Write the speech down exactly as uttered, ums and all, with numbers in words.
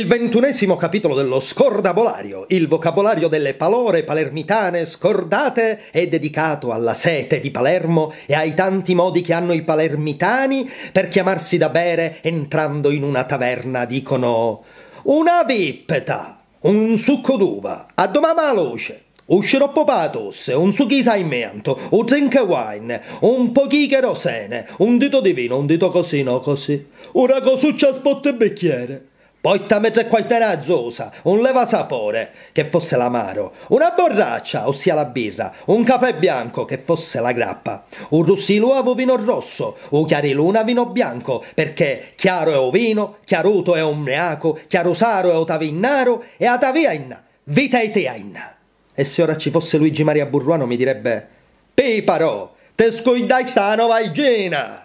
Il ventunesimo capitolo dello Scordabolario, il vocabolario delle palore palermitane scordate, è dedicato alla sete di Palermo e ai tanti modi che hanno i palermitani per chiamarsi da bere entrando in una taverna. Dicono una vippeta, un succo d'uva, a domama luce, un sciroppo patos, un succhisa in mento, un drink wine, un pochino rosene, un dito di vino, un dito così, no così, una cosuccia spot e bicchiere. Poi tamezza qualche razzosa, un levasapore, che fosse l'amaro, una borraccia, ossia la birra, un caffè bianco, che fosse la grappa, un russiluavo vino rosso, un chiariluna vino bianco, perché chiaro è o vino, chiaruto è omneaco, chiarosaro è o tavinnaro, e a taviainna, vita e teainna. E se ora ci fosse Luigi Maria Burruano mi direbbe, Piparo, te scoidai sa nova igena!